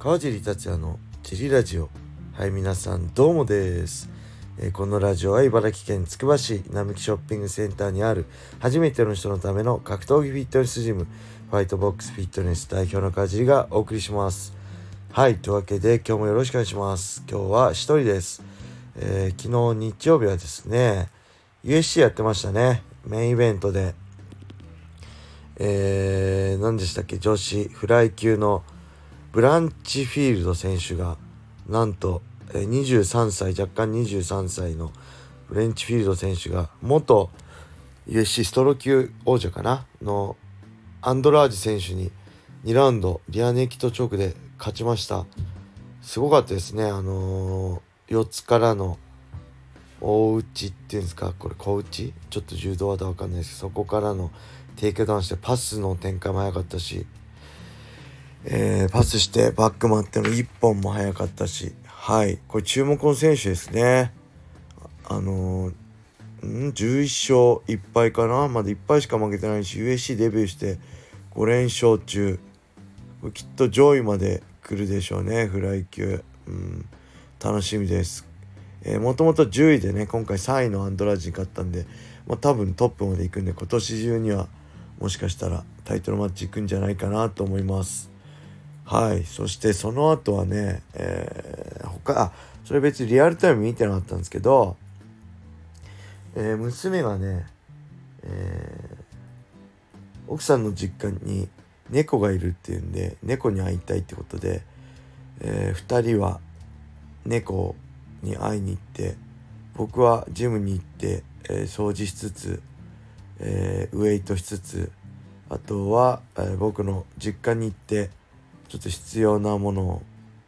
川尻達也のジリラジオ。はい、皆さんどうもです。このラジオは茨城県つくば市並木ショッピングセンターにある初めての人のための格闘技フィットネスジム、ファイトボックスフィットネス代表の川尻がお送りします。はい、というわけで今日もよろしくお願いします。今日は一人です。昨日日曜日はですね USC やってましたね。メインイベントで何でしたっけ、女子フライ級のブランチフィールド選手がなんと23歳、若干23歳のブレンチフィールド選手が元 USC ストロー級王者かなのアンドラージ選手に2ラウンドリアネキッドチョークで勝ちました。すごかったですね。四つからの大打ちっていうんですか、これ小打ち、ちょっと柔道技わかんないですけど、そこからのテイクダウンしてパスの展開も早かったし、パスしてバック回っての1本も早かったし、はい、これ注目の選手ですね。11勝1敗かな、まだ1敗しか負けてないし、 USC デビューして5連勝中、きっと上位まで来るでしょうね、フライ級。楽しみです。もともと10位でね、今回3位のアンドラージに勝ったんで、多分トップまで行くんで、今年中にはもしかしたらタイトルマッチ行くんじゃないかなと思います。はい。そしてその後はね、それ別にリアルタイム見てなかったんですけど、娘がね、奥さんの実家に猫がいるっていうんで、猫に会いたいってことで、2人は猫に会いに行って、僕はジムに行って、掃除しつつ、ウェイトしつつ、あとは、僕の実家に行ってちょっと必要なもの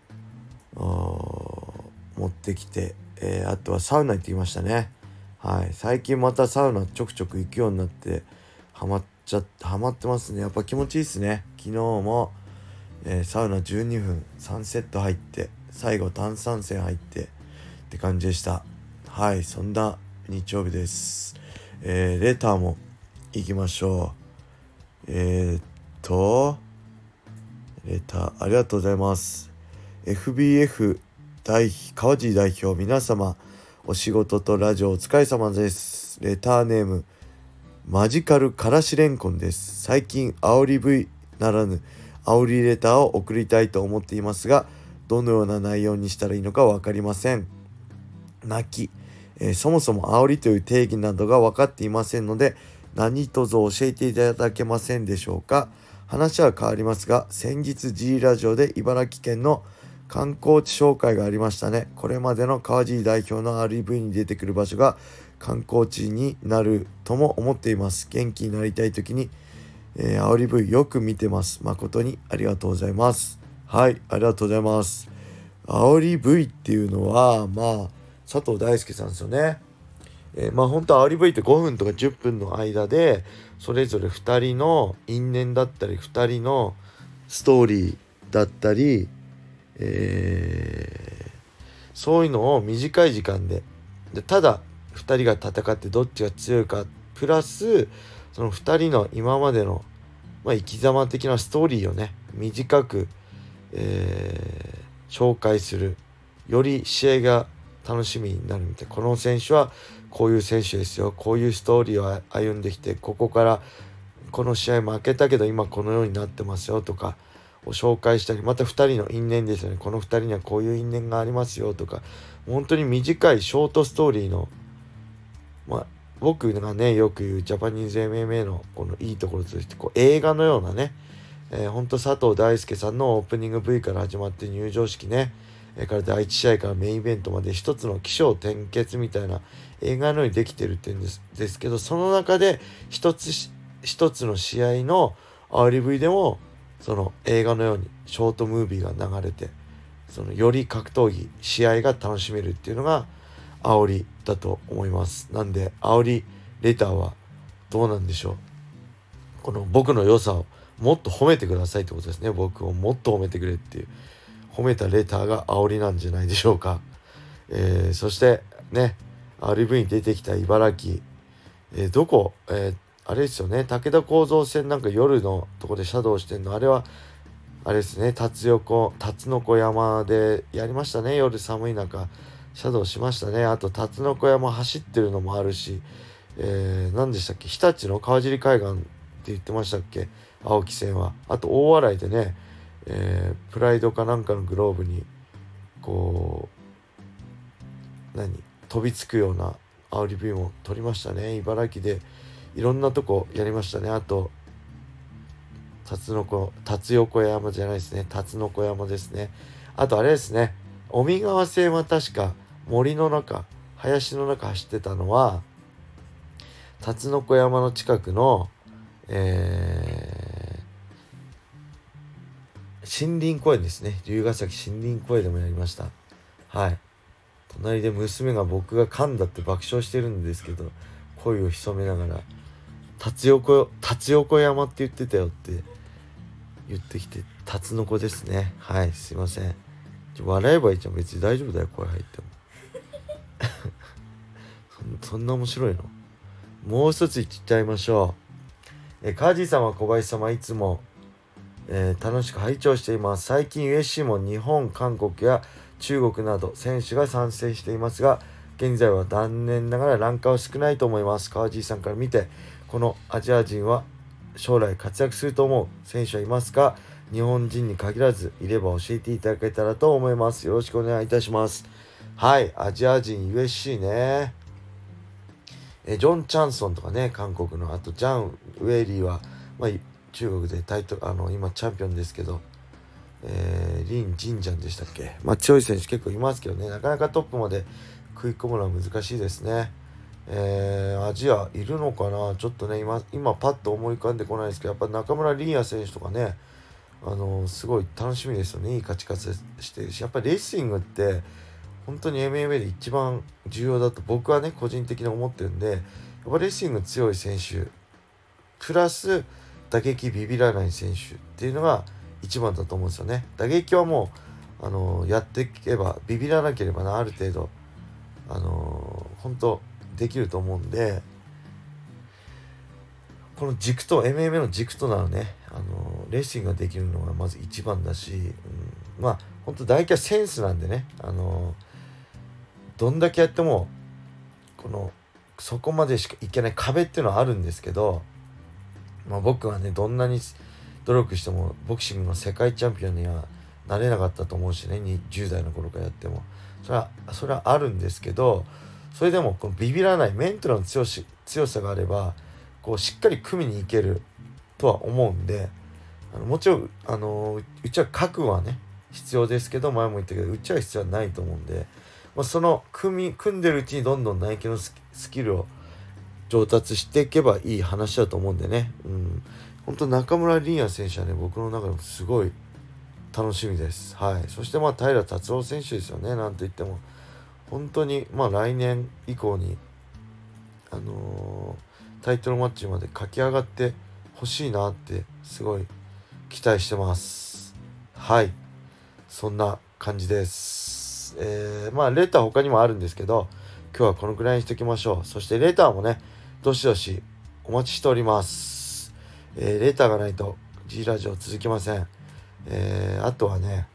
を持ってきて、あとはサウナ行ってきましたね。はい、最近またサウナちょくちょく行くようになってハマってますね。やっぱ気持ちいいですね。昨日も、サウナ12分3セット入って、最後炭酸泉入ってって感じでした。はい、そんな日曜日です。レターも行きましょう。レターありがとうございます。 FBF 川尻代表、皆様お仕事とラジオお疲れ様です。レターネームマジカルからしれんこんです。最近煽り V ならぬ煽りレターを送りたいと思っていますが、どのような内容にしたらいいのか分かりません。泣き、そもそも煽りという定義などが分かっていませんので、何卒教えていただけませんでしょうか。話は変わりますが、先日 G ラジオで茨城県の観光地紹介がありましたね。これまでの川尻代表の RV に出てくる場所が観光地になるとも思っています。元気になりたい時に、煽り V よく見てます。誠にありがとうございます。はい、ありがとうございます。煽り V っていうのは佐藤大輔さんですよね。本当は煽り V って5分とか10分の間でそれぞれ2人の因縁だったり2人のストーリーだったり、そういうのを短い時間でただ2人が戦ってどっちが強いかプラスその2人の今までの、生き様的なストーリーをね短く、紹介する、より試合が楽しみになるみたいな。この選手はこういう選手ですよ、こういうストーリーを歩んできて、ここからこの試合負けたけど今このようになってますよとかを紹介したり、また2人の因縁ですよね、この2人にはこういう因縁がありますよとか、本当に短いショートストーリーの、僕がねよく言うジャパニーズ MMA のこのいいところとして、映画のようなね、本当佐藤大輔さんのオープニング V から始まって入場式ね、から第1試合からメインイベントまで一つの起承転結みたいな映画のようにできてるっていうんですけど、その中で一つの試合の煽り V でもその映画のようにショートムービーが流れて、そのより格闘技試合が楽しめるっていうのが煽りだと思います。なんで煽りレターはどうなんでしょう。この僕の良さをもっと褒めてくださいってことですね。僕をもっと褒めてくれっていう、褒めたレターが煽りなんじゃないでしょうか。そしてね RV に出てきた茨城、どこ、あれですよね、武田構造線なんか夜のとこでシャドウしてんの、あれはあれですね、辰の子山でやりましたね。夜寒い中シャドウしましたね。あと辰の子山走ってるのもあるし、何でしたっけ、日立の川尻海岸って言ってましたっけ、青木線は。あと大洗でね、プライドかなんかのグローブにこう飛びつくような煽りビューも撮りましたね。茨城でいろんなとこやりましたね。あと辰横山じゃないですね、辰の子山ですね。あとあれですね、尾身川線は確か森の中、林の中走ってたのは辰の子山の近くの、森林公園ですね。龍ヶ崎森林公園でもやりました。はい。隣で娘が僕が噛んだって爆笑してるんですけど、声を潜めながら辰横山って言ってたよって言ってきて、辰の子ですね。はい、すいません。笑えばいいじゃん、別に大丈夫だよ、声入っても。そんな面白いの。もう一つ言っちゃいましょう。カージー様、小林様、いつも、楽しく拝聴しています。最近 USC も日本、韓国や中国など選手が参戦していますが、現在は残念ながらランカーは少ないと思います。カージーさんから見て、このアジア人は将来活躍すると思う選手はいますか？日本人に限らずいれば教えていただけたらと思います。よろしくお願いいたします。はい、アジア人 USC ね。ジョン・チャンソンとかね、韓国の。あとジャン・ウェイリーは、中国で今チャンピオンですけど、リン・ジンジャンでしたっけ。強い選手結構いますけどね、なかなかトップまで食い込むのは難しいですね。アジアいるのかな、ちょっとね、今パッと思い浮かんでこないですけど、やっぱ中村凛也選手とかね、すごい楽しみですよね。いい勝ち方してるし、やっぱりレスリングって本当に MMA で一番重要だと僕はね個人的に思ってるんで、やっぱレスリング強い選手プラス打撃ビビらない選手っていうのが一番だと思うんですよね。打撃はもうやっていけば、ビビらなければな、ある程度本当できると思うんで、この軸と MMA の軸となるね、レスリングができるのがまず一番だし、本当大体センスなんでね、どんだけやってもそこまでしかいけない壁っていうのはあるんですけど、僕はねどんなに努力してもボクシングの世界チャンピオンにはなれなかったと思うしね、10代の頃からやってもそれはあるんですけど、それでもこのビビらないメンタルの強さがあればしっかり組みにいけるとは思うんで、もちろんうちは覚悟はね必要ですけど、前も言ったけどうちは必要はないと思うんで、その組んでるうちにどんどんナイキのスキルを上達していけばいい話だと思うんでね。本当中村凛也選手はね、僕の中でもすごい楽しみです。はい。そして平達郎選手ですよね。なんといっても本当に来年以降にタイトルマッチまで駆け上がってほしいなってすごい期待してます。はい。そんな感じです。レター他にもあるんですけど、今日はこのくらいにしておきましょう。そしてレターもね、どしどしお待ちしております。レターがないと G ラジオ続きません。あとはね、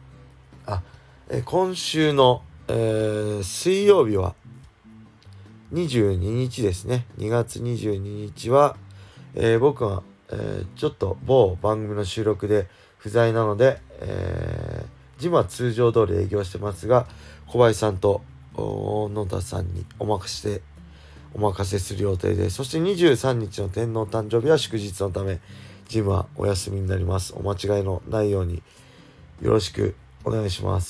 今週の、水曜日は22日ですね。2月22日は、僕が、ちょっと某番組の収録で不在なので、ジムは通常通り営業してますが、小林さんと野田さんにお任せする予定です。そして23日の天皇誕生日は祝日のため、ジムはお休みになります。お間違いのないようによろしくお願いします。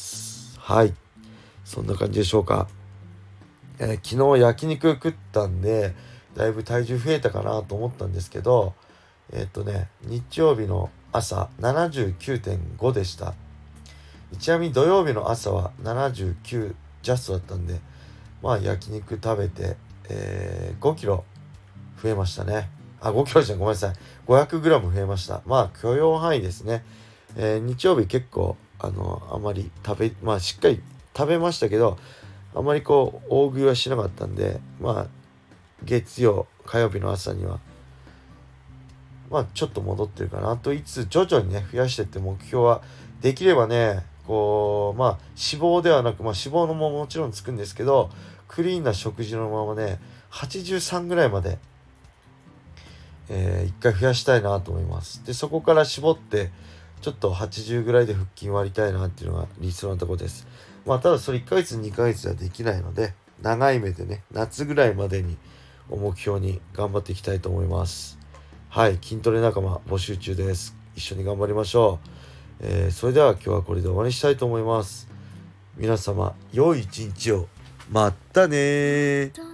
はい。そんな感じでしょうか。昨日焼肉食ったんで、だいぶ体重増えたかなと思ったんですけど、日曜日の朝 79.5 でした。ちなみに土曜日の朝は79ジャストだったんで、焼肉食べて、5キロ増えましたね。5キロじゃごめんなさい。500グラム増えました。許容範囲ですね。日曜日結構、あまりしっかり食べましたけど、あまり大食いはしなかったんで、月曜、火曜日の朝には、 ちょっと戻ってるかなと。いつ徐々にね増やしていって目標はできればねこう脂肪ではなく脂肪のもちろんつくんですけどクリーンな食事のままね83ぐらいまで一回増やしたいなと思います。でそこから絞ってちょっと80ぐらいで腹筋割りたいなっていうのが理想なところです。ただそれ1ヶ月2ヶ月ではできないので長い目でね夏ぐらいまでにを目標に頑張っていきたいと思います。はい、筋トレ仲間募集中です。一緒に頑張りましょう。それでは今日はこれで終わりにしたいと思います。皆様良い一日を。まったねー。